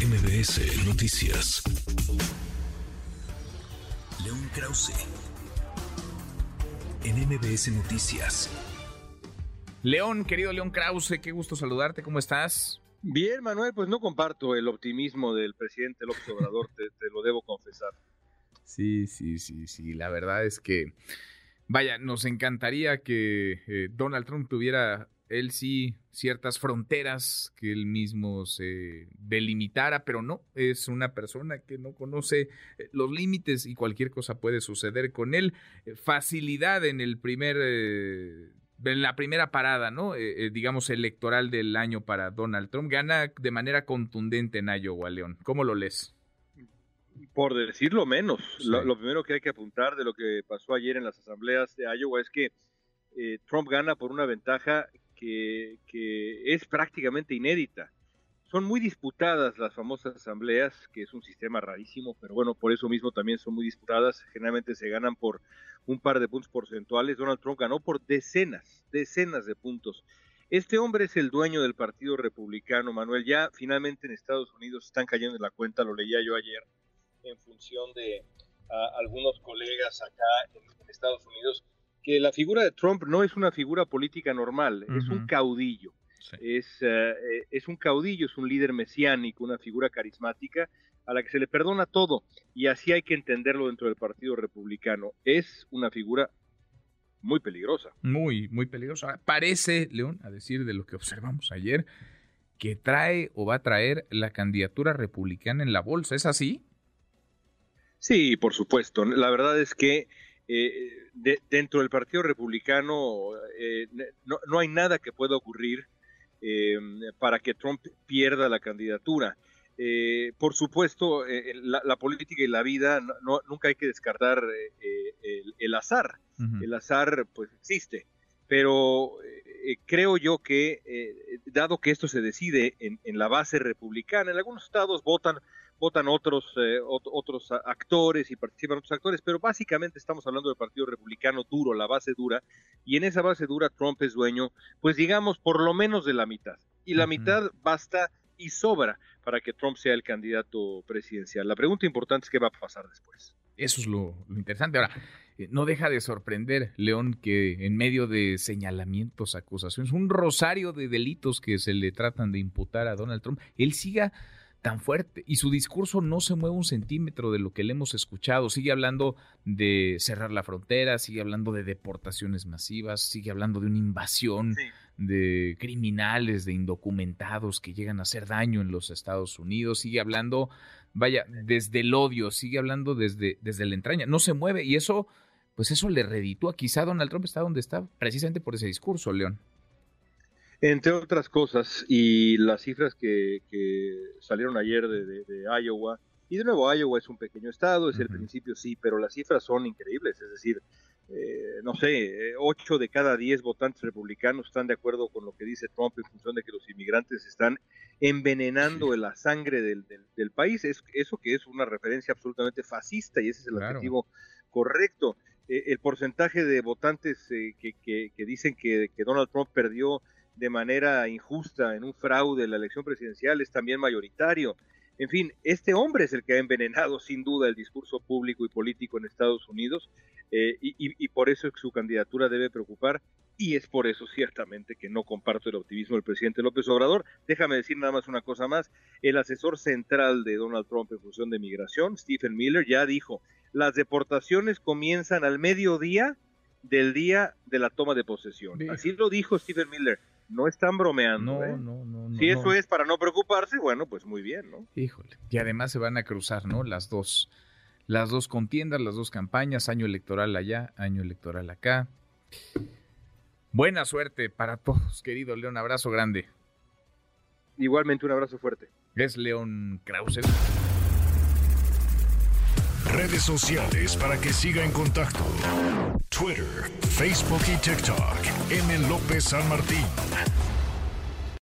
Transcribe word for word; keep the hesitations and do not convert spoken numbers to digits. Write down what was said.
M B S Noticias. León Krause, en M B S Noticias. León, querido León Krause, qué gusto saludarte, ¿cómo estás? Bien, Manuel, pues no comparto el optimismo del presidente López Obrador, te, te lo debo confesar. Sí, sí, sí, sí, la verdad es que, vaya, nos encantaría que eh, Donald Trump tuviera, él sí, ciertas fronteras que él mismo se delimitara, pero no, es una persona que no conoce los límites y cualquier cosa puede suceder con él. Facilidad en el primer... Eh, en la primera parada, ¿no? Eh, eh, digamos, electoral del año para Donald Trump. Gana de manera contundente en Iowa, León. ¿Cómo lo lees? Por decirlo menos. Sí. Lo, lo primero que hay que apuntar de lo que pasó ayer en las asambleas de Iowa es que eh, Trump gana por una ventaja que, que es prácticamente inédita. Son muy disputadas las famosas asambleas, que es un sistema rarísimo, pero bueno, por eso mismo también son muy disputadas. Generalmente se ganan por un par de puntos porcentuales. Donald Trump ganó por decenas, decenas de puntos. Este hombre es el dueño del Partido Republicano, Manuel. Ya finalmente en Estados Unidos están cayendo en la cuenta, lo leía yo ayer, en función de uh, algunos colegas acá en, en Estados Unidos, que la figura de Trump no es una figura política normal, uh-huh. Es un caudillo. Sí. Es, uh, es un caudillo, es un líder mesiánico, una figura carismática a la que se le perdona todo, y así hay que entenderlo dentro del Partido Republicano. Es una figura muy peligrosa. Muy, muy peligrosa. Parece, León, a decir de lo que observamos ayer, que trae o va a traer la candidatura republicana en la bolsa. ¿Es así? Sí, por supuesto. La verdad es que eh, de, dentro del Partido Republicano eh, no, no hay nada que pueda ocurrir Eh, para que Trump pierda la candidatura. Eh, por supuesto, eh, la, la política y la vida, no, no, nunca hay que descartar eh, el, el azar. Uh-huh. El azar, pues, existe. Pero eh, creo yo que, eh, dado que esto se decide en, en la base republicana, en algunos estados votan votan otros eh, otros actores y participan otros actores, pero básicamente estamos hablando del Partido Republicano duro, la base dura, y en esa base dura Trump es dueño, pues digamos, por lo menos de la mitad, y la uh-huh. mitad basta y sobra para que Trump sea el candidato presidencial. La pregunta importante es qué va a pasar después. Eso es lo, lo interesante. Ahora, eh, no deja de sorprender, León, que en medio de señalamientos, acusaciones, un rosario de delitos que se le tratan de imputar a Donald Trump, él siga tan fuerte y su discurso no se mueve un centímetro de lo que le hemos escuchado. Sigue hablando de cerrar la frontera, sigue hablando de deportaciones masivas, sigue hablando de una invasión sí. de criminales, de indocumentados que llegan a hacer daño en los Estados Unidos, sigue hablando, vaya, desde el odio, sigue hablando desde, desde la entraña, no se mueve, y eso, pues eso le reditúa. Quizá Donald Trump está donde está precisamente por ese discurso, León. Entre otras cosas, y las cifras que, que salieron ayer de, de, de Iowa, y de nuevo Iowa es un pequeño estado, es uh-huh. el principio sí, pero las cifras son increíbles, es decir, eh, no sé, ocho de cada diez votantes republicanos están de acuerdo con lo que dice Trump en función de que los inmigrantes están envenenando sí. la sangre del, del, del país, es, eso que es una referencia absolutamente fascista, y ese es el claro. adjetivo correcto. Eh, el porcentaje de votantes eh, que, que, que dicen que, que Donald Trump perdió de manera injusta en un fraude en la elección presidencial es también mayoritario. En fin, este hombre es el que ha envenenado sin duda el discurso público y político en Estados Unidos, eh, y, y, y por eso su candidatura debe preocupar, y es por eso ciertamente que no comparto el optimismo del presidente López Obrador. Déjame decir nada más una cosa más. El asesor central de Donald Trump en función de migración, Stephen Miller, ya dijo, las deportaciones comienzan al mediodía del día de la toma de posesión. Bien. Así lo dijo Stephen Miller. No están bromeando, no, ¿eh? no, no, no. Si eso no. es para no preocuparse, bueno, pues muy bien, ¿no? Híjole. Y además se van a cruzar, ¿no? Las dos, las dos contiendas, las dos campañas, año electoral allá, año electoral acá. Buena suerte para todos, querido León. Abrazo grande. Igualmente un abrazo fuerte. Es León Krause. Redes sociales para que siga en contacto: Twitter, Facebook y TikTok. M. López San Martín.